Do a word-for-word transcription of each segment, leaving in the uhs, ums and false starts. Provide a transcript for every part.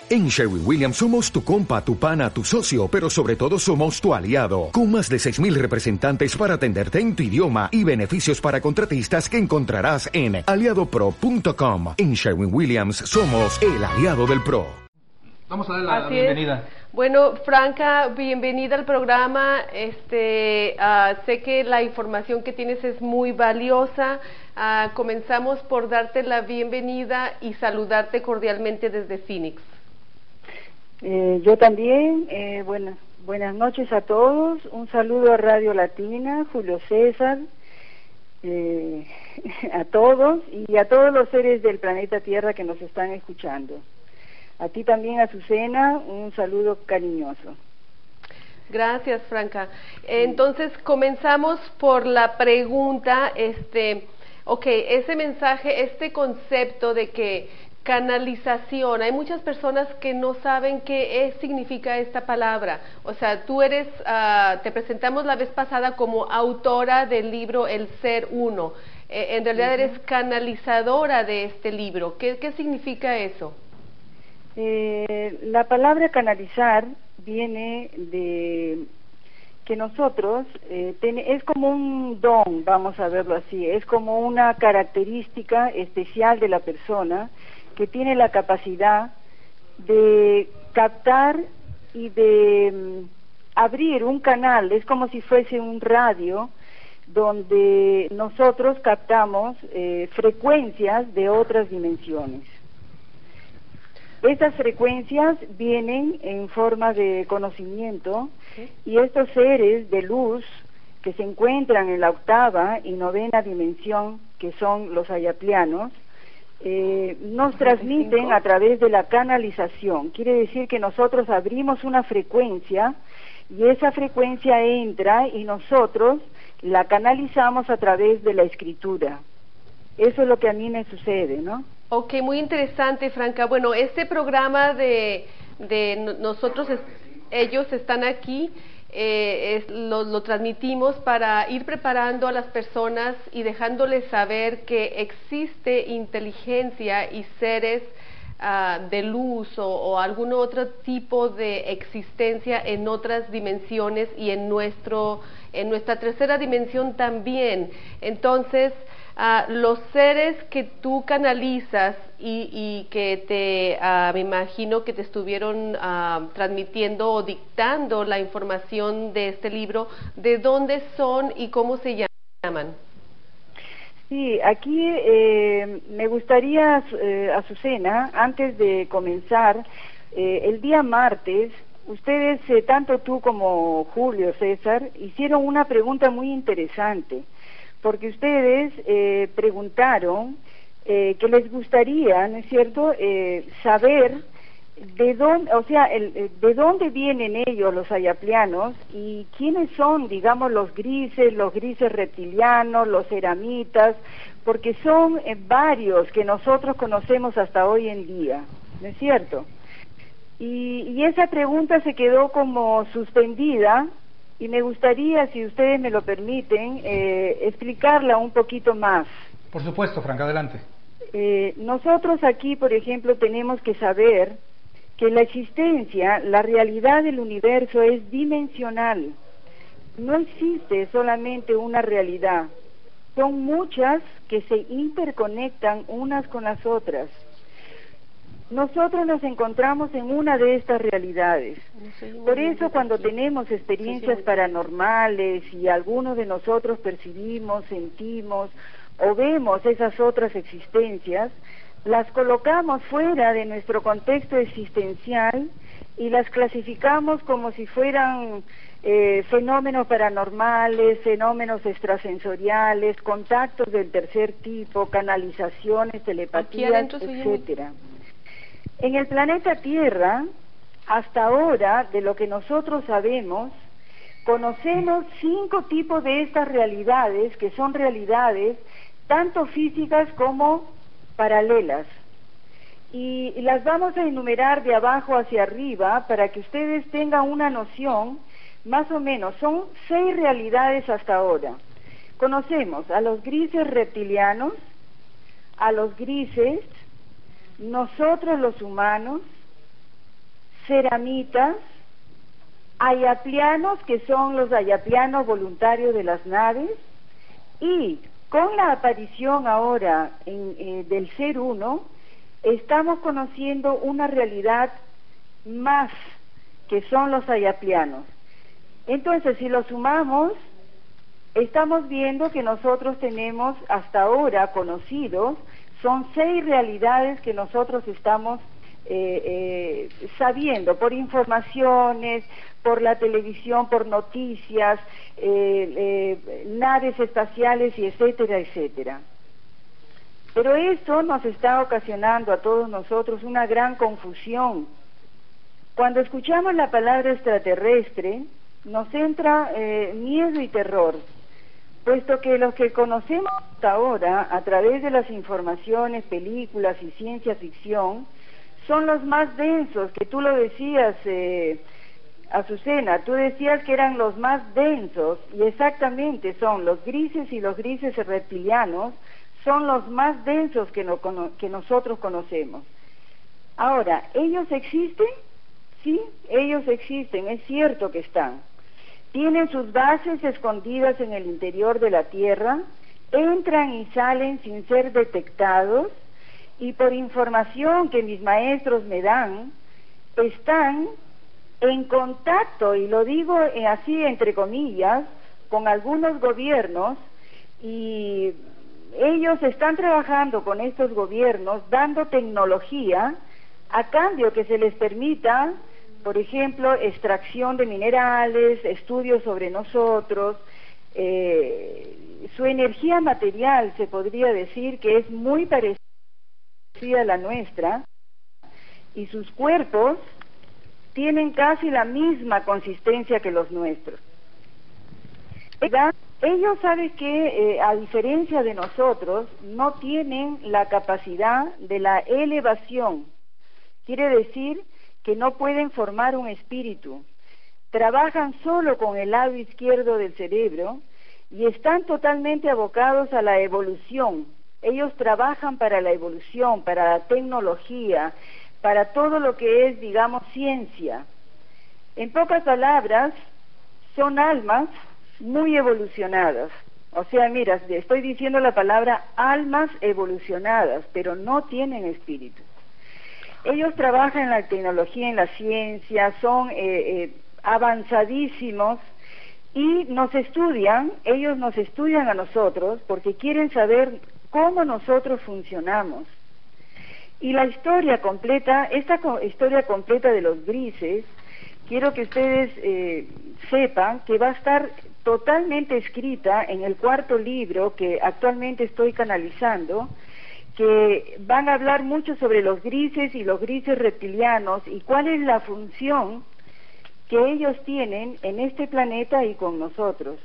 En Sherwin-Williams somos tu compa, tu pana, tu socio, pero sobre todo somos tu aliado, con más de seis mil representantes para atenderte en tu idioma y beneficios para contratistas que encontrarás en aliado pro punto com. En Sherwin-Williams somos el aliado del pro. Vamos a darle la Así bienvenida. Es. Bueno, Franca, bienvenida al programa. Este, uh, sé que la información que tienes es muy valiosa. Uh, comenzamos por darte la bienvenida y saludarte cordialmente desde Phoenix. Eh, yo también, eh, buenas, buenas noches a todos, un saludo a Radio Latina, Julio César, eh, a todos y a todos los seres del planeta Tierra que nos están escuchando. A ti también, Azucena, un saludo cariñoso. Gracias, Franca. Entonces, comenzamos por la pregunta, este, ok, ese mensaje, este concepto de que canalización, hay muchas personas que no saben qué es, significa esta palabra. O sea, tú eres, uh, te presentamos la vez pasada como autora del libro El Ser Uno. Eh, en realidad uh-huh. eres canalizadora de este libro. ¿Qué, qué significa eso? Eh, la palabra canalizar viene de que nosotros, eh, ten, es como un don, vamos a verlo así, es como una característica especial de la persona que tiene la capacidad de captar y de um, abrir un canal, es como si fuese un radio donde nosotros captamos eh, frecuencias de otras dimensiones. Estas frecuencias vienen en forma de conocimiento y estos seres de luz que se encuentran en la octava y novena dimensión, que son los ayaplianos, eh, nos transmiten a través de la canalización. Quiere decir que nosotros abrimos una frecuencia y esa frecuencia entra y nosotros la canalizamos a través de la escritura. Eso es lo que a mí me sucede, ¿no? Ok, muy interesante, Franca. Bueno, este programa de, de nosotros, es, ellos están aquí, eh, es, lo, lo transmitimos para ir preparando a las personas y dejándoles saber que existe inteligencia y seres uh, de luz o, o algún otro tipo de existencia en otras dimensiones y en nuestro, en nuestra tercera dimensión también. Entonces, Uh, los seres que tú canalizas y, y que te, uh, me imagino que te estuvieron uh, transmitiendo o dictando la información de este libro, ¿de dónde son y cómo se llaman? Sí, aquí eh, me gustaría, eh, Azucena, antes de comenzar, eh, el día martes, ustedes, eh, tanto tú como Julio César, hicieron una pregunta muy interesante, porque ustedes eh, preguntaron eh, que les gustaría, ¿no es cierto?, eh, saber de dónde, o sea, el, de dónde vienen ellos, los ayaplianos, y quiénes son, digamos, los grises, los grises reptilianos, los ceramitas, porque son eh, varios que nosotros conocemos hasta hoy en día, ¿no es cierto? Y, y esa pregunta se quedó como suspendida, y me gustaría, si ustedes me lo permiten, eh, explicarla un poquito más. Por supuesto, Franca, adelante. Eh, nosotros aquí, por ejemplo, tenemos que saber que la existencia, la realidad del universo es dimensional. No existe solamente una realidad. Son muchas que se interconectan unas con las otras. Nosotros nos encontramos en una de estas realidades. Por eso cuando tenemos experiencias paranormales y algunos de nosotros percibimos, sentimos o vemos esas otras existencias, las colocamos fuera de nuestro contexto existencial y las clasificamos como si fueran eh, fenómenos paranormales, fenómenos extrasensoriales, contactos del tercer tipo, canalizaciones, telepatías, etcétera. En el planeta Tierra, hasta ahora, de lo que nosotros sabemos, conocemos cinco tipos de estas realidades, que son realidades tanto físicas como paralelas. Y, y las vamos a enumerar de abajo hacia arriba para que ustedes tengan una noción, más o menos, son seis realidades hasta ahora. Conocemos a los grises reptilianos, a los grises, nosotros los humanos, ceramitas, ayaplianos, que son los ayaplianos voluntarios de las naves, y con la aparición ahora en, eh, del ser uno, estamos conociendo una realidad más, que son los ayaplianos. Entonces, si lo sumamos, estamos viendo que nosotros tenemos hasta ahora conocidos, son seis realidades que nosotros estamos eh, eh, sabiendo por informaciones, por la televisión, por noticias, eh, eh, naves espaciales y etcétera, etcétera. Pero esto nos está ocasionando a todos nosotros una gran confusión. Cuando escuchamos la palabra extraterrestre, nos entra eh, miedo y terror, puesto que los que conocemos hasta ahora, a través de las informaciones, películas y ciencia ficción, son los más densos, que tú lo decías, eh, Azucena, tú decías que eran los más densos, y exactamente son los grises y los grises reptilianos, son los más densos que, no, que nosotros conocemos. Ahora, ¿ellos existen? Sí, ellos existen, es cierto que están. Tienen sus bases escondidas en el interior de la Tierra, entran y salen sin ser detectados, y por información que mis maestros me dan, están en contacto, y lo digo así entre comillas, con algunos gobiernos, y ellos están trabajando con estos gobiernos, dando tecnología, a cambio que se les permita, por ejemplo, extracción de minerales, estudios sobre nosotros, eh, su energía material se podría decir que es muy parecida a la nuestra, y sus cuerpos tienen casi la misma consistencia que los nuestros. Ellos saben que, eh, a diferencia de nosotros, no tienen la capacidad de la elevación. Quiere decir que no pueden formar un espíritu. Trabajan solo con el lado izquierdo del cerebro y están totalmente abocados a la evolución. Ellos trabajan para la evolución, para la tecnología, para todo lo que es, digamos, ciencia. En pocas palabras, son almas muy evolucionadas. O sea, mira, estoy diciendo la palabra almas evolucionadas, pero no tienen espíritu. Ellos trabajan en la tecnología, en la ciencia, son eh, eh, avanzadísimos y nos estudian, ellos nos estudian a nosotros porque quieren saber cómo nosotros funcionamos. Y la historia completa, esta co historia completa de los grises, quiero que ustedes eh, sepan que va a estar totalmente escrita en el cuarto libro que actualmente estoy canalizando, que van a hablar mucho sobre los grises y los grises reptilianos y cuál es la función que ellos tienen en este planeta y con nosotros.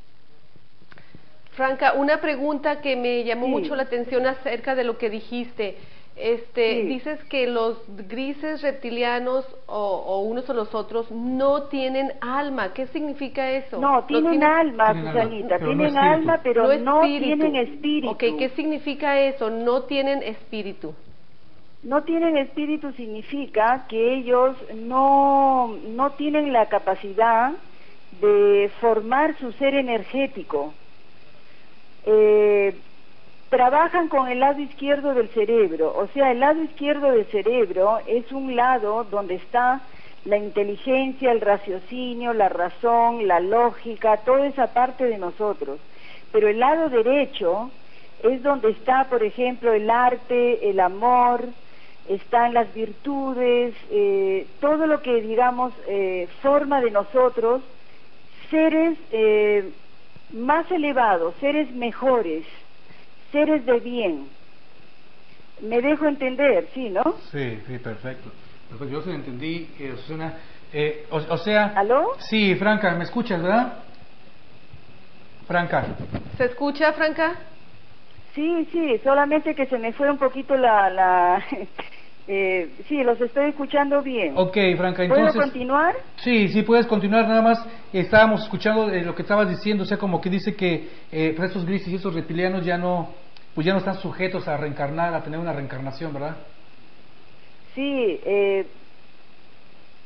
Franca, una pregunta que me llamó Sí. mucho la atención acerca de lo que dijiste. Este, Sí. Dices que los grises reptilianos o, o unos o los otros no tienen alma. ¿Qué significa eso? No, tienen tienen alma, Tienen alma, Susanita, pero no tienen espíritu. alma, pero no, No espíritu. tienen espíritu. Ok, ¿qué significa eso? No tienen espíritu. No tienen espíritu significa que ellos no, no tienen la capacidad de formar su ser energético. Eh, trabajan con el lado izquierdo del cerebro, o sea, el lado izquierdo del cerebro es un lado donde está la inteligencia, el raciocinio, la razón, la lógica, toda esa parte de nosotros. Pero el lado derecho es donde está, por ejemplo, el arte, el amor, están las virtudes, eh, todo lo que, digamos, eh, forma de nosotros seres eh, más elevados, seres mejores, seres de bien. ¿Me dejo entender? Sí, ¿no? Sí, sí, perfecto. Pues yo se lo entendí, eh, Susana. Eh, o, o sea... ¿Aló? Sí, Franca, ¿me escuchas, verdad? Franca. ¿Se escucha, Franca? Sí, sí, solamente que se me fue un poquito la... la eh, sí, los estoy escuchando bien. Ok, Franca, entonces... ¿Puedo continuar? Sí, sí, puedes continuar, nada más estábamos escuchando eh, lo que estabas diciendo, o sea, como que dice que eh, pues estos grises y estos reptilianos ya no, pues ya no están sujetos a reencarnar, a tener una reencarnación, ¿verdad? Sí, eh,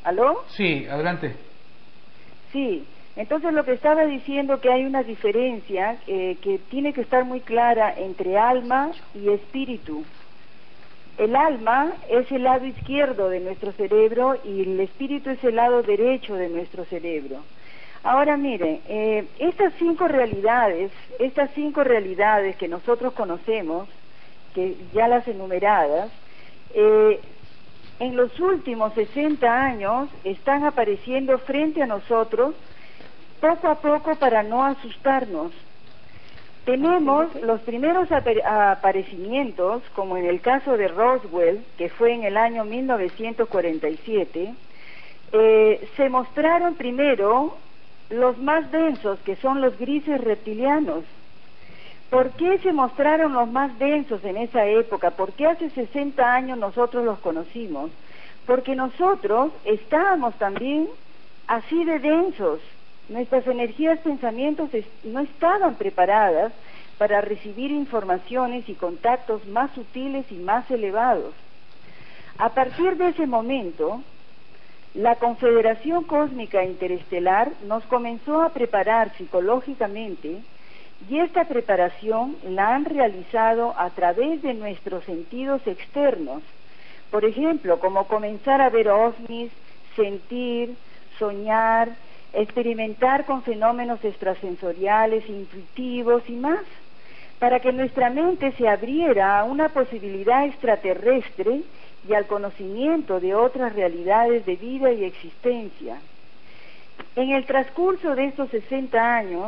¿Aló? Sí, adelante. Sí, entonces lo que estaba diciendo que hay una diferencia eh, que tiene que estar muy clara entre alma y espíritu. El alma es el lado izquierdo de nuestro cerebro y el espíritu es el lado derecho de nuestro cerebro. Ahora mire, eh, estas cinco realidades, estas cinco realidades que nosotros conocemos, que ya las enumeradas, eh, en los últimos sesenta años están apareciendo frente a nosotros poco a poco para no asustarnos. Tenemos los primeros aparecimientos, como en el caso de Roswell, que fue en el año mil novecientos cuarenta y siete, eh, se mostraron primero los más densos, que son los grises reptilianos. ¿Por qué se mostraron los más densos en esa época? ¿Por qué hace sesenta años nosotros los conocimos? Porque nosotros estábamos también así de densos. Nuestras energías, pensamientos no estaban preparadas para recibir informaciones y contactos más sutiles y más elevados. A partir de ese momento, la Confederación Cósmica Interestelar nos comenzó a preparar psicológicamente, y esta preparación la han realizado a través de nuestros sentidos externos. Por ejemplo, como comenzar a ver ovnis, sentir, soñar, experimentar con fenómenos extrasensoriales, intuitivos y más, para que nuestra mente se abriera a una posibilidad extraterrestre y al conocimiento de otras realidades de vida y existencia. En el transcurso de estos sesenta años,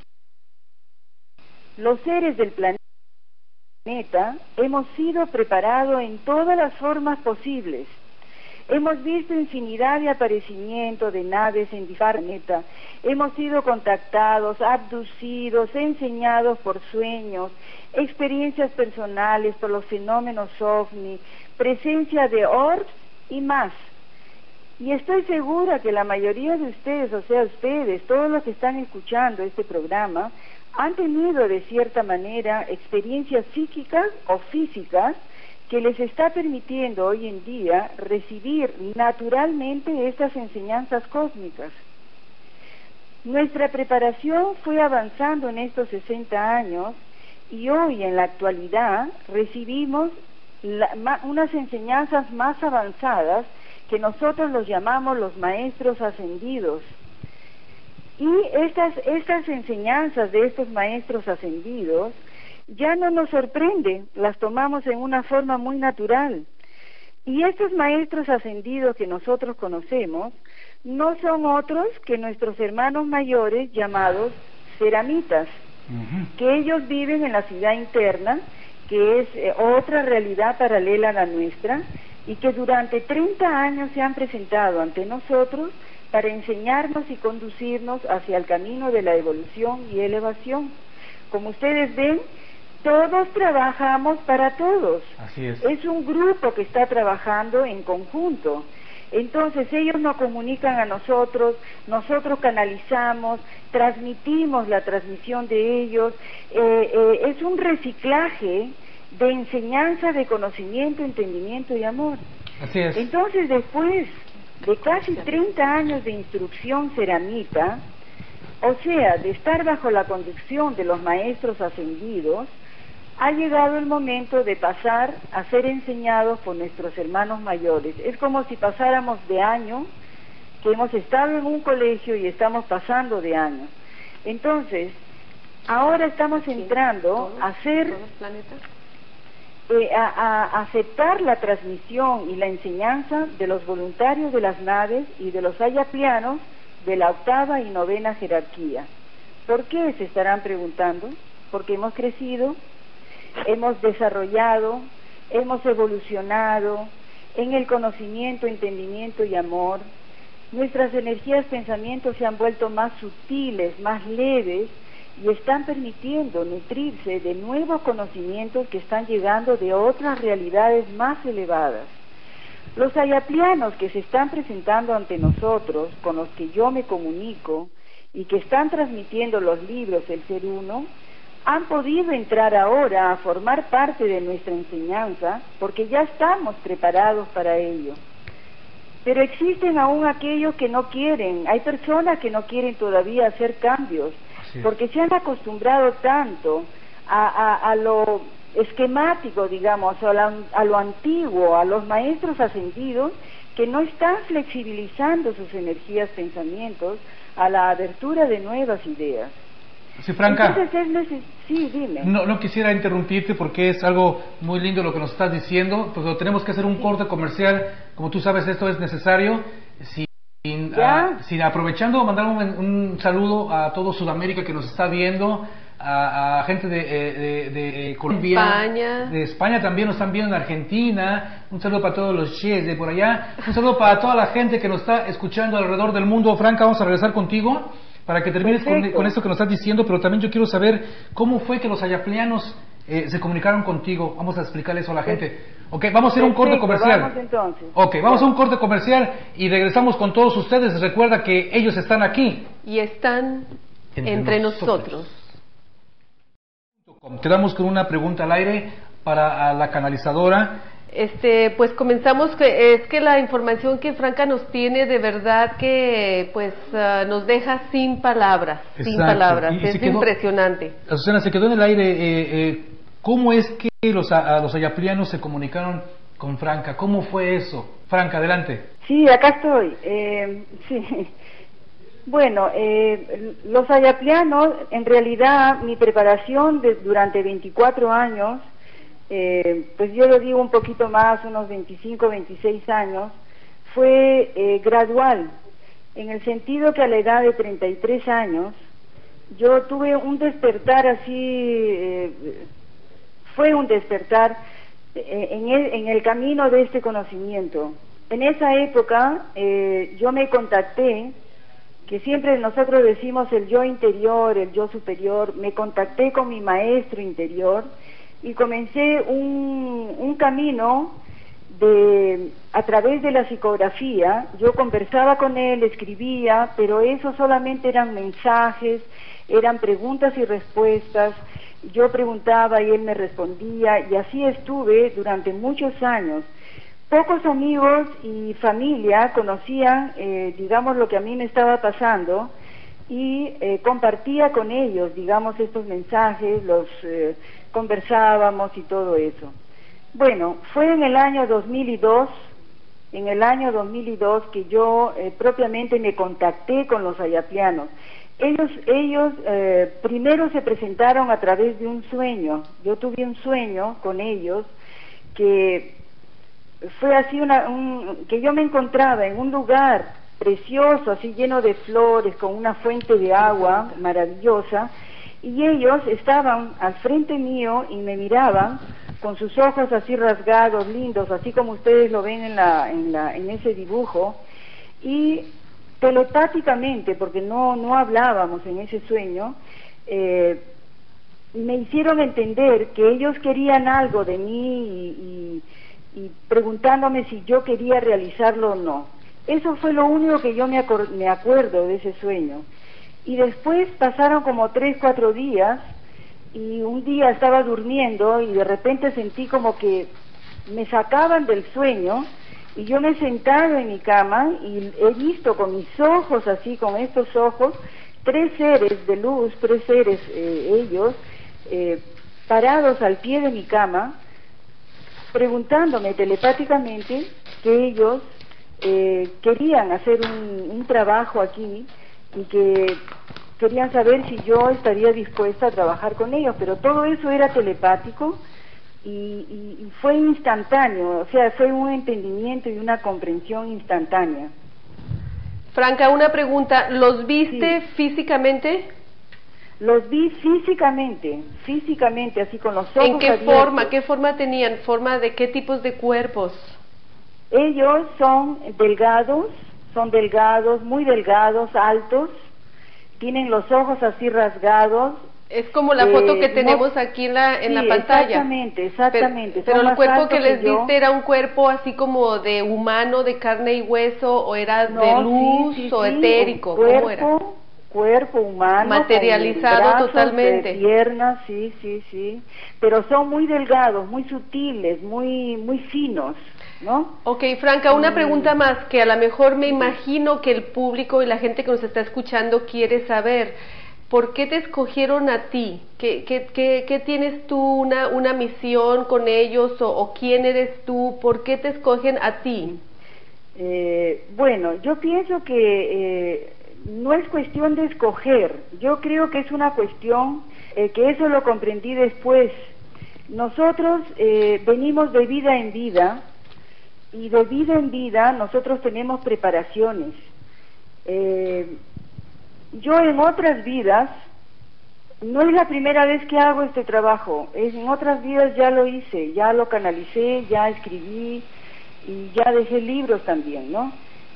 los seres del planeta hemos sido preparados en todas las formas posibles. Hemos visto infinidad de aparecimientos de naves en diferentes planetas. Hemos sido contactados, abducidos, enseñados por sueños, experiencias personales por los fenómenos ovni, presencia de orbs y más. Y estoy segura que la mayoría de ustedes, o sea, ustedes, todos los que están escuchando este programa, han tenido de cierta manera experiencias psíquicas o físicas que les está permitiendo hoy en día recibir naturalmente estas enseñanzas cósmicas. Nuestra preparación fue avanzando en estos sesenta años y hoy en la actualidad recibimos la, ma, unas enseñanzas más avanzadas que nosotros los llamamos los maestros ascendidos. Y estas, estas enseñanzas de estos maestros ascendidos ya no nos sorprende, las tomamos en una forma muy natural. Y estos maestros ascendidos que nosotros conocemos no son otros que nuestros hermanos mayores llamados ceramitas, uh-huh. que ellos viven en la ciudad interna, que es eh, otra realidad paralela a la nuestra, y que durante treinta años se han presentado ante nosotros para enseñarnos y conducirnos hacia el camino de la evolución y elevación. Como ustedes ven, todos trabajamos para todos. Así es. Es un grupo que está trabajando en conjunto. Entonces ellos nos comunican a nosotros, nosotros canalizamos, transmitimos la transmisión de ellos. Eh, eh, es un reciclaje de enseñanza, de conocimiento, entendimiento y amor. Así es. Entonces después de casi treinta años de instrucción ceramita, o sea, de estar bajo la conducción de los maestros ascendidos, ha llegado el momento de pasar a ser enseñados por nuestros hermanos mayores. Es como si pasáramos de año, que hemos estado en un colegio y estamos pasando de año. Entonces, ahora estamos entrando a ser, eh, a, a aceptar la transmisión y la enseñanza de los voluntarios de las naves y de los ayaplianos de la octava y novena jerarquía. ¿Por qué? Se estarán preguntando. Porque hemos crecido, hemos desarrollado, hemos evolucionado en el conocimiento, entendimiento y amor. Nuestras energías, pensamientos se han vuelto más sutiles, más leves y están permitiendo nutrirse de nuevos conocimientos que están llegando de otras realidades más elevadas. Los ayaplianos que se están presentando ante nosotros, con los que yo me comunico y que están transmitiendo los libros El Ser Uno, han podido entrar ahora a formar parte de nuestra enseñanza porque ya estamos preparados para ello. pero existen aún aquellos que no quieren, hay personas que no quieren todavía hacer cambios, Sí. porque se han acostumbrado tanto a, a, a lo esquemático, digamos, a, la, a lo antiguo, a los maestros ascendidos, que no están flexibilizando sus energías, pensamientos, a la abertura de nuevas ideas. Sí, Franca. Entonces es neces- sí, dime. No, no quisiera interrumpirte porque es algo muy lindo lo que nos estás diciendo, pero tenemos que hacer un corte comercial. Como tú sabes, esto es necesario. Sin, ah, sin aprovechando, mandar un, un saludo a todo Sudamérica que nos está viendo, a, a gente de, de, de Colombia, España. de España también nos están viendo, en Argentina. Un saludo para todos los chefs de por allá. Un saludo para toda la gente que nos está escuchando alrededor del mundo. Franca, vamos a regresar contigo para que termines con, con esto que nos estás diciendo, pero también yo quiero saber cómo fue que los ayapleanos eh, se comunicaron contigo. Vamos a explicarle eso a la gente. Ok, vamos a hacer un corte comercial. Vamos entonces. Ok, vamos a un corte comercial y regresamos con todos ustedes. Recuerda que ellos están aquí. Y están entre, entre nosotros. nosotros. Quedamos con una pregunta al aire para a la canalizadora. Este, pues comenzamos, que es que la información que Franca nos tiene de verdad que pues uh, nos deja sin palabras, Exacto. sin palabras, Y, y es quedó, impresionante. Azucena, se quedó en el aire, eh, eh, ¿cómo es que los, a, los ayaplianos se comunicaron con Franca? ¿Cómo fue eso? Franca, adelante. Sí, acá estoy, eh, sí. Bueno, eh, los ayaplianos, en realidad mi preparación de, durante veinticuatro años, Eh, pues yo lo digo un poquito más, unos veinticinco, veintiséis años, fue eh, gradual, en el sentido que a la edad de treinta y tres años, yo tuve un despertar así, eh, fue un despertar eh, en, el, en el camino de este conocimiento. En esa época eh, yo me contacté, que siempre nosotros decimos el yo interior, el yo superior, me contacté con mi maestro interior, y comencé un, un camino de, a través de la psicografía. Yo conversaba con él, escribía, pero eso solamente eran mensajes, eran preguntas y respuestas. Yo preguntaba y él me respondía, y así estuve durante muchos años. Pocos amigos y familia conocían, eh, digamos, lo que a mí me estaba pasando, y eh, compartía con ellos, digamos, estos mensajes, los eh, conversábamos y todo eso. Bueno, fue en el año dos mil dos, en el año dos mil dos que yo eh, propiamente me contacté con los ayaplianos. Ellos, ellos eh, primero se presentaron a través de un sueño. Yo tuve un sueño con ellos que fue así una, un, que yo me encontraba en un lugar precioso, así lleno de flores, con una fuente de agua maravillosa, y ellos estaban al frente mío y me miraban con sus ojos así rasgados, lindos, así como ustedes lo ven en la, en la, en ese dibujo, y telepáticamente, porque no, no hablábamos en ese sueño, eh, me hicieron entender que ellos querían algo de mí y, y, y preguntándome si yo quería realizarlo o no. Eso fue lo único que yo me, acor- me acuerdo de ese sueño. Y después pasaron como tres, cuatro días, y un día estaba durmiendo y de repente sentí como que me sacaban del sueño, y yo me he sentado en mi cama y he visto con mis ojos, así con estos ojos, tres seres de luz, tres seres eh, ellos, eh, parados al pie de mi cama, preguntándome telepáticamente que ellos eh, querían hacer un, un trabajo aquí y que querían saber si yo estaría dispuesta a trabajar con ellos, pero todo eso era telepático y, y, y fue instantáneo, o sea, fue un entendimiento y una comprensión instantánea. Franca, una pregunta, ¿los viste Sí. físicamente? Los vi físicamente, físicamente, así con los ojos ¿En qué abiertos. forma? ¿Qué forma tenían? ¿Forma de qué tipos de cuerpos? Ellos son delgados, son delgados, muy delgados, altos, tienen los ojos así rasgados. Es como la eh, foto que no- tenemos aquí en la, en sí, la pantalla. exactamente, exactamente. Pero, pero Son el más cuerpo altos que les que yo. diste era un cuerpo así como de humano, de carne y hueso, o era No, de sí, luz sí, o sí, etérico, un cuerpo, ¿cómo era? Cuerpo humano, Materializado con brazos, totalmente. eh, piernas, sí, sí, sí. Pero son muy delgados, muy sutiles, muy, muy finos. ¿no? Ok, Franca, una pregunta más que a lo mejor me imagino que el público y la gente que nos está escuchando quiere saber. ¿Por qué te escogieron a ti? ¿Qué, qué, qué, qué tienes tú, una, una misión con ellos o, o quién eres tú? ¿Por qué te escogen a ti? Eh, bueno, yo pienso que eh, no es cuestión de escoger, yo creo que es una cuestión eh, que eso lo comprendí después. Nosotros eh, venimos de vida en vida y de vida en vida nosotros tenemos preparaciones. Eh, yo en otras vidas, no es la primera vez que hago este trabajo, es, en otras vidas ya lo hice, ya lo canalicé, ya escribí y ya dejé libros también, ¿no?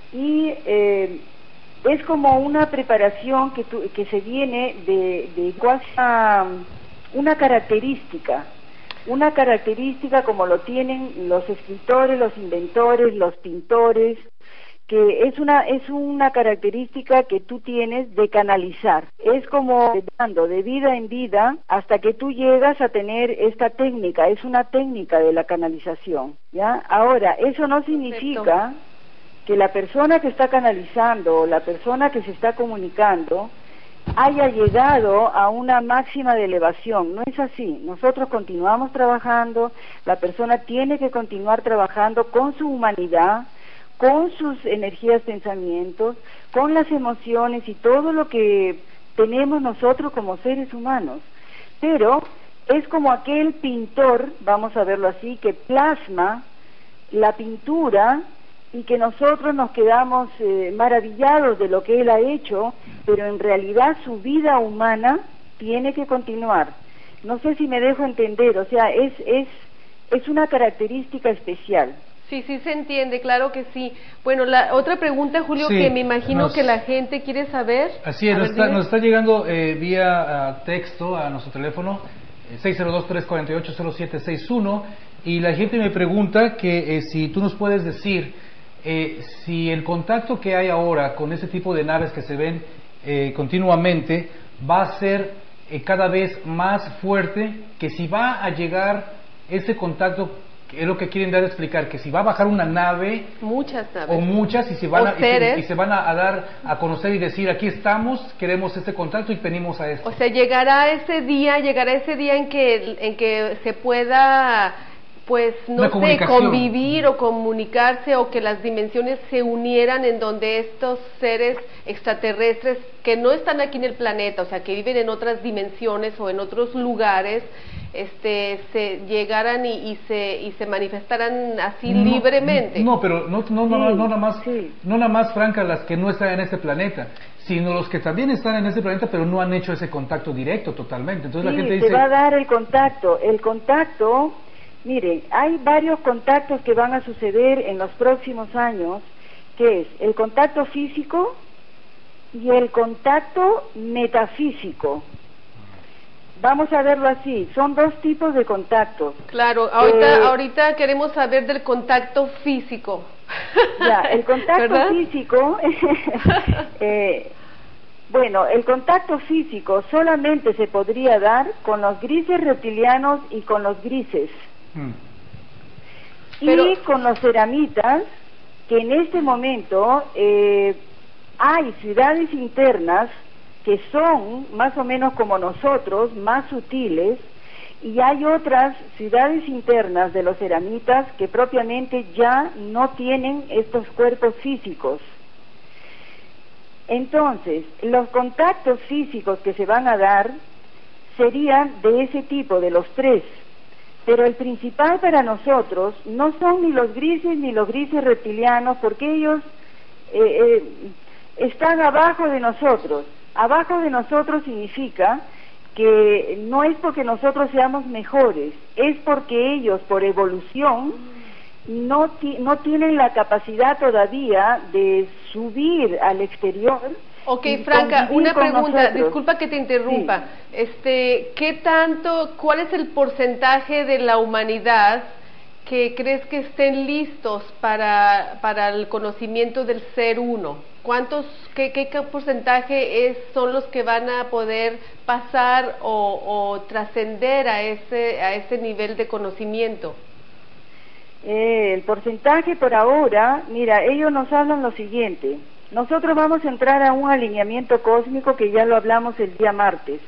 Y eh, es como una preparación que, tu, que se viene de, de una, una característica, una característica como lo tienen los escritores, los inventores, los pintores, que es una es una característica que tú tienes de canalizar. Es como dando de vida en vida hasta que tú llegas a tener esta técnica, es una técnica de la canalización, ¿ya? Ahora, eso no significa que la persona que está canalizando o la persona que se está comunicando haya llegado a una máxima de elevación. No es así. Nosotros continuamos trabajando, la persona tiene que continuar trabajando con su humanidad, con sus energías, pensamientos, con las emociones y todo lo que tenemos nosotros como seres humanos. Pero es como aquel pintor, vamos a verlo así, que plasma la pintura y que nosotros nos quedamos eh, maravillados de lo que él ha hecho, pero en realidad su vida humana tiene que continuar. No sé si me dejo entender, o sea, es, es, es una característica especial. Sí, sí se entiende, claro que sí. Bueno, la otra pregunta, Julio, sí, que me imagino nos, que la gente quiere saber. Así es, nos, ver, está, nos está llegando eh, vía uh, texto a nuestro teléfono eh, seis cero dos, tres cuatro ocho, cero siete seis uno y la gente me pregunta que eh, si tú nos puedes decir eh, si el contacto que hay ahora con ese tipo de naves que se ven eh, continuamente va a ser eh, cada vez más fuerte, que si va a llegar ese contacto, es lo que quieren dar a explicar, que si va a bajar una nave, muchas naves, o muchas, y se van, a, y se, y se van a, a dar a conocer y decir, aquí estamos, queremos este contacto y venimos a esto. O sea, llegará ese día, llegará ese día en que, en que se pueda, pues, no sé, convivir o comunicarse, o que las dimensiones se unieran, en donde estos seres extraterrestres que no están aquí en el planeta, o sea, que viven en otras dimensiones o en otros lugares, este se llegaran y, y se y se manifestaran así no, libremente. No, pero no no, no, sí, no nada más sí. no nada más, Franca, las que no están en este planeta, sino los que también están en este planeta pero no han hecho ese contacto directo totalmente. Entonces sí, la gente dice, se va a dar el contacto, el contacto, miren, hay varios contactos que van a suceder en los próximos años, que es el contacto físico y el contacto metafísico. Vamos a verlo así, son dos tipos de contactos. Claro, ahorita, eh, ahorita queremos saber del contacto físico. Ya, el contacto físico, eh, bueno, el contacto físico solamente se podría dar con los grises reptilianos y con los grises. Hmm. Y Pero, con los ceramitas, que en este momento eh, hay ciudades internas que son más o menos como nosotros, más sutiles, y hay otras ciudades internas de los ceramitas que propiamente ya no tienen estos cuerpos físicos. Entonces, los contactos físicos que se van a dar serían de ese tipo, de los tres, pero el principal para nosotros no son ni los grises ni los grises reptilianos, porque ellos eh, eh, están abajo de nosotros. Abajo de nosotros significa que no es porque nosotros seamos mejores, es porque ellos, por evolución, no, ti no tienen la capacidad todavía de subir al exterior. Ok, Franca, una pregunta, nosotros. Disculpa que te interrumpa. Sí. Este, ¿qué tanto, cuál es el porcentaje de la humanidad que crees que estén listos para, para el conocimiento del ser uno? ¿Cuántos, qué, qué, qué porcentaje es, son los que van a poder pasar o, o trascender a ese, a ese nivel de conocimiento? Eh, el porcentaje por ahora, mira, ellos nos hablan lo siguiente. Nosotros vamos a entrar a un alineamiento cósmico que ya lo hablamos el día martes.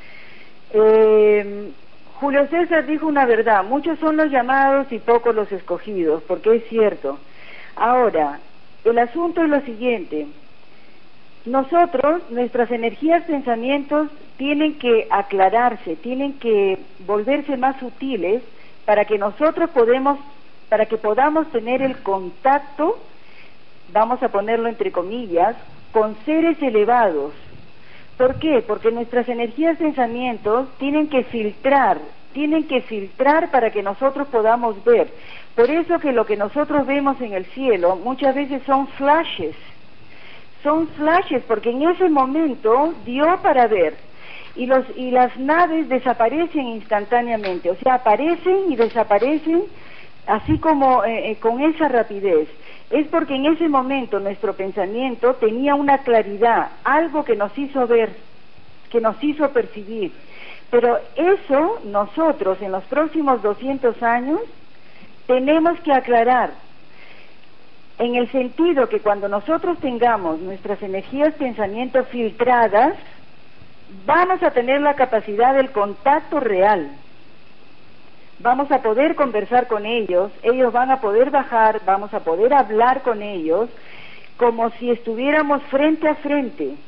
Eh, Julio César dijo una verdad, muchos son los llamados y pocos los escogidos, porque es cierto. Ahora, el asunto es lo siguiente. Nosotros, nuestras energías, pensamientos, tienen que aclararse, tienen que volverse más sutiles para que nosotros podemos, para que podamos tener el contacto, vamos a ponerlo entre comillas, con seres elevados. ¿Por qué? Porque nuestras energías, pensamientos tienen que filtrar, tienen que filtrar para que nosotros podamos ver. Por eso que lo que nosotros vemos en el cielo muchas veces son flashes, son flashes porque en ese momento dio para ver y los y las naves desaparecen instantáneamente, o sea, aparecen y desaparecen así como eh, eh, con esa rapidez. Es porque en ese momento nuestro pensamiento tenía una claridad, algo que nos hizo ver, que nos hizo percibir. Pero eso nosotros en los próximos doscientos años tenemos que aclarar, en el sentido que cuando nosotros tengamos nuestras energías, pensamientos filtradas, vamos a tener la capacidad del contacto real. Vamos a poder conversar con ellos, ellos van a poder bajar, vamos a poder hablar con ellos como si estuviéramos frente a frente.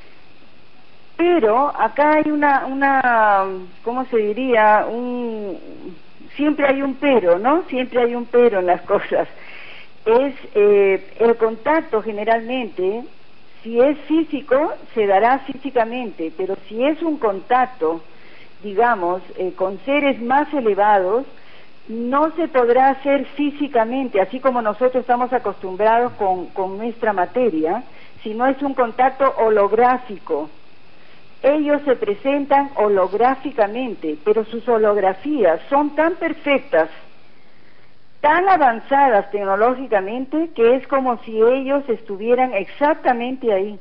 Pero acá hay una, una, ¿cómo se diría? Un, siempre hay un pero, ¿no? Siempre hay un pero en las cosas. Es eh, el contacto generalmente, si es físico, se dará físicamente, pero si es un contacto, digamos, eh, con seres más elevados, no se podrá hacer físicamente, así como nosotros estamos acostumbrados con, con nuestra materia, sino es un contacto holográfico. Ellos se presentan holográficamente, pero sus holografías son tan perfectas, tan avanzadas tecnológicamente, que es como si ellos estuvieran exactamente ahí.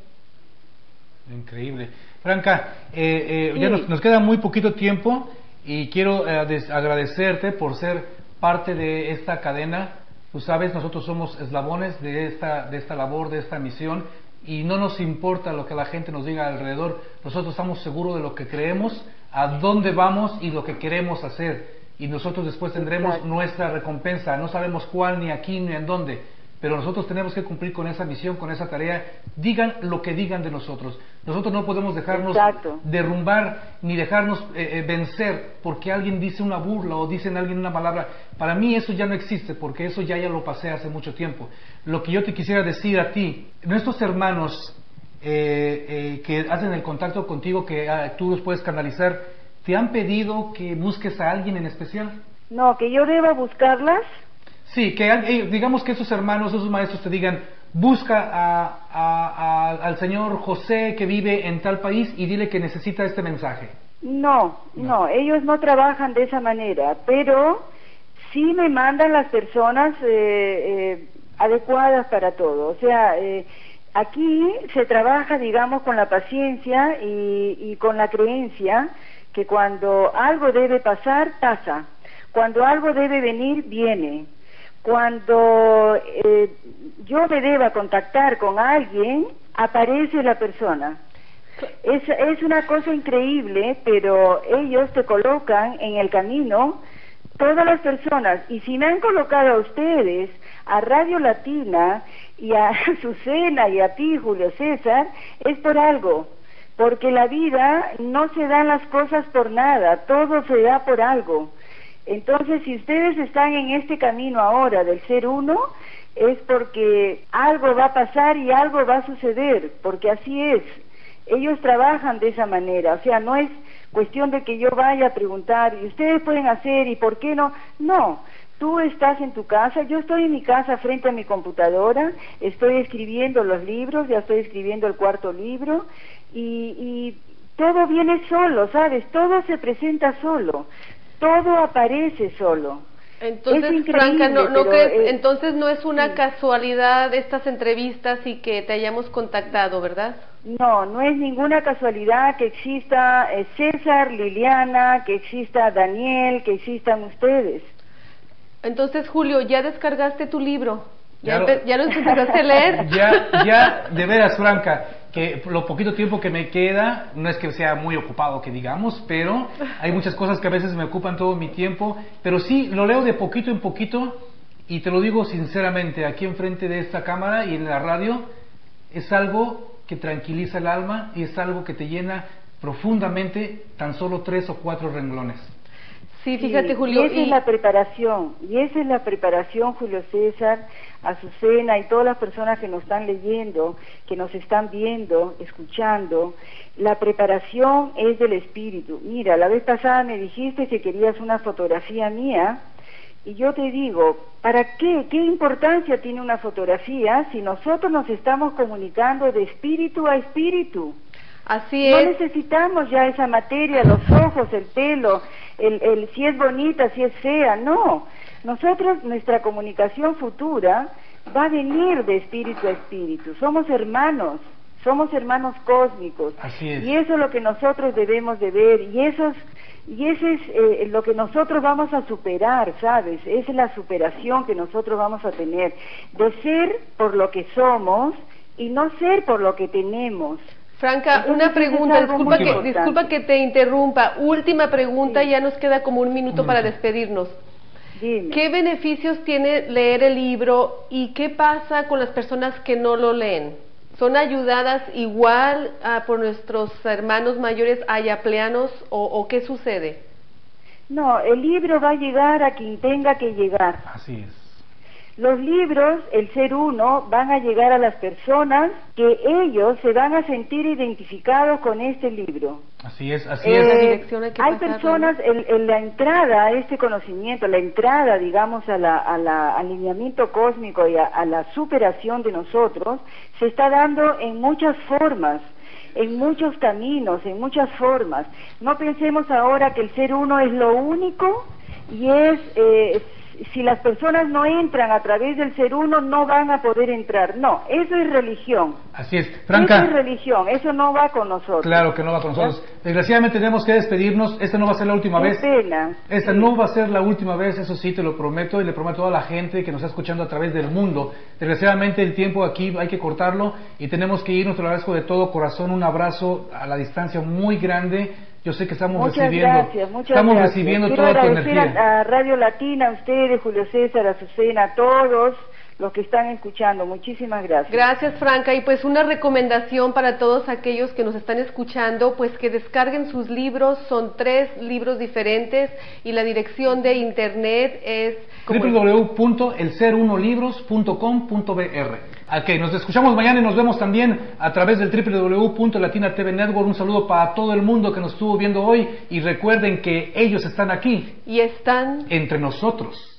Increíble. Franca, eh, eh, sí. ya nos, nos queda muy poquito tiempo y quiero eh, des, agradecerte por ser parte de esta cadena. Tú sabes, nosotros somos eslabones de esta, de esta labor, de esta misión, y no nos importa lo que la gente nos diga alrededor. Nosotros estamos seguros de lo que creemos, a dónde vamos y lo que queremos hacer, y nosotros después tendremos Exacto. nuestra recompensa. No sabemos cuál, ni aquí, ni en dónde, pero nosotros tenemos que cumplir con esa misión, con esa tarea, digan lo que digan de nosotros. Nosotros no podemos dejarnos Exacto. derrumbar, ni dejarnos eh, eh, vencer, porque alguien dice una burla o dicen alguien una palabra. Para mí eso ya no existe, porque eso ya ya lo pasé hace mucho tiempo. Lo que yo te quisiera decir a ti, nuestros hermanos eh, eh, que hacen el contacto contigo, que eh, tú los puedes canalizar, ¿te han pedido que busques a alguien en especial? No, que yo deba buscarlas. Sí, que eh, digamos que esos hermanos, esos maestros te digan, busca a, a, a, al señor José que vive en tal país y dile que necesita este mensaje. No, no, no, ellos no trabajan de esa manera, pero sí me mandan las personas eh, eh, adecuadas para todo. O sea, eh, aquí se trabaja, digamos, con la paciencia y, y con la creencia que cuando algo debe pasar, pasa. Cuando algo debe venir, viene. Cuando eh, yo me deba contactar con alguien, aparece la persona. Es, es una cosa increíble, pero ellos te colocan en el camino, todas las personas, y si me han colocado a ustedes, a Radio Latina, y a Azucena, y a ti, Julio César, es por algo, porque la vida no se dan las cosas por nada, todo se da por algo. Entonces, si ustedes están en este camino ahora del ser uno, es porque algo va a pasar y algo va a suceder, porque así es. Ellos trabajan de esa manera, o sea, no es cuestión de que yo vaya a preguntar, y ustedes pueden hacer, y por qué no. No, tú estás en tu casa, yo estoy en mi casa frente a mi computadora, estoy escribiendo los libros, ya estoy escribiendo el cuarto libro, y, y todo viene solo, ¿sabes? Todo se presenta solo. Todo aparece solo. Entonces, Franca, no, no crees, eh, entonces no es una sí. casualidad estas entrevistas y que te hayamos contactado, ¿verdad? No, no es ninguna casualidad que exista eh, César, Liliana, que exista Daniel, que existan ustedes. Entonces, Julio, ¿ya descargaste tu libro? ¿Ya, Ya lo, ¿Ya lo empezaste a leer? Ya, ya, de veras, Franca, que lo poquito tiempo que me queda, no es que sea muy ocupado, que digamos, pero hay muchas cosas que a veces me ocupan todo mi tiempo, pero sí, lo leo de poquito en poquito, y te lo digo sinceramente, aquí enfrente de esta cámara y en la radio, es algo que tranquiliza el alma y es algo que te llena profundamente tan solo tres o cuatro renglones. Sí, fíjate, Julio. Y esa y... es la preparación, y esa es la preparación, Julio César, Azucena y todas las personas que nos están leyendo, que nos están viendo, escuchando. La preparación es del espíritu. Mira, la vez pasada me dijiste que querías una fotografía mía, y yo te digo, ¿para qué? ¿Qué importancia tiene una fotografía si nosotros nos estamos comunicando de espíritu a espíritu? Así No es. necesitamos ya esa materia, los ojos, el pelo, el, el si es bonita, si es fea, no. Nosotros, nuestra comunicación futura va a venir de espíritu a espíritu. Somos hermanos, somos hermanos cósmicos. Así es. Y eso es lo que nosotros debemos de ver, y eso es, y eso es eh, lo que nosotros vamos a superar, ¿sabes? Esa es la superación que nosotros vamos a tener, de ser por lo que somos y no ser por lo que tenemos. Franca, Entonces, una pregunta, es disculpa que, importante. disculpa que te interrumpa. Última pregunta, Sí. ya nos queda como un minuto para despedirnos. Dime. ¿Qué beneficios tiene leer el libro y qué pasa con las personas que no lo leen? ¿Son ayudadas igual ah, por nuestros hermanos mayores ayapleanos o, o qué sucede? No, el libro va a llegar a quien tenga que llegar. Así es. Los libros, el ser uno, van a llegar a las personas que ellos se van a sentir identificados con este libro. Así es, así Eh, es. Esa dirección hay que hay pasarla, personas, ¿no? en, en la entrada a este conocimiento, la entrada, digamos, a la, a la alineamiento cósmico y a, a la superación de nosotros, se está dando en muchas formas, en muchos caminos, en muchas formas. No pensemos ahora que el ser uno es lo único y es... Eh, si las personas no entran a través del ser uno, no van a poder entrar. No, eso es religión. Así es. Franca. Eso es religión, eso no va con nosotros. Claro que no va con nosotros. Desgraciadamente tenemos que despedirnos. Esta no va a ser la última Qué vez. pena. Esta Sí. no va a ser la última vez, eso sí te lo prometo y le prometo a la gente que nos está escuchando a través del mundo. Desgraciadamente el tiempo aquí hay que cortarlo y tenemos que irnos. Te lo agradezco de todo corazón, un abrazo a la distancia muy grande. Yo sé que estamos Muchas recibiendo, gracias, muchas estamos gracias. recibiendo Quiero toda tu agradecer energía. A, a Radio Latina, a ustedes, Julio César, a Azucena, a todos los que están escuchando. Muchísimas gracias. Gracias, Franca. Y pues una recomendación para todos aquellos que nos están escuchando, pues que descarguen sus libros. Son tres libros diferentes y la dirección de internet es doble u doble u doble u punto el ser uno libros punto com punto b r. Ok, nos escuchamos mañana y nos vemos también a través del doble u doble u doble u punto latina t v network. Un saludo para todo el mundo que nos estuvo viendo hoy y recuerden que ellos están aquí y están entre nosotros.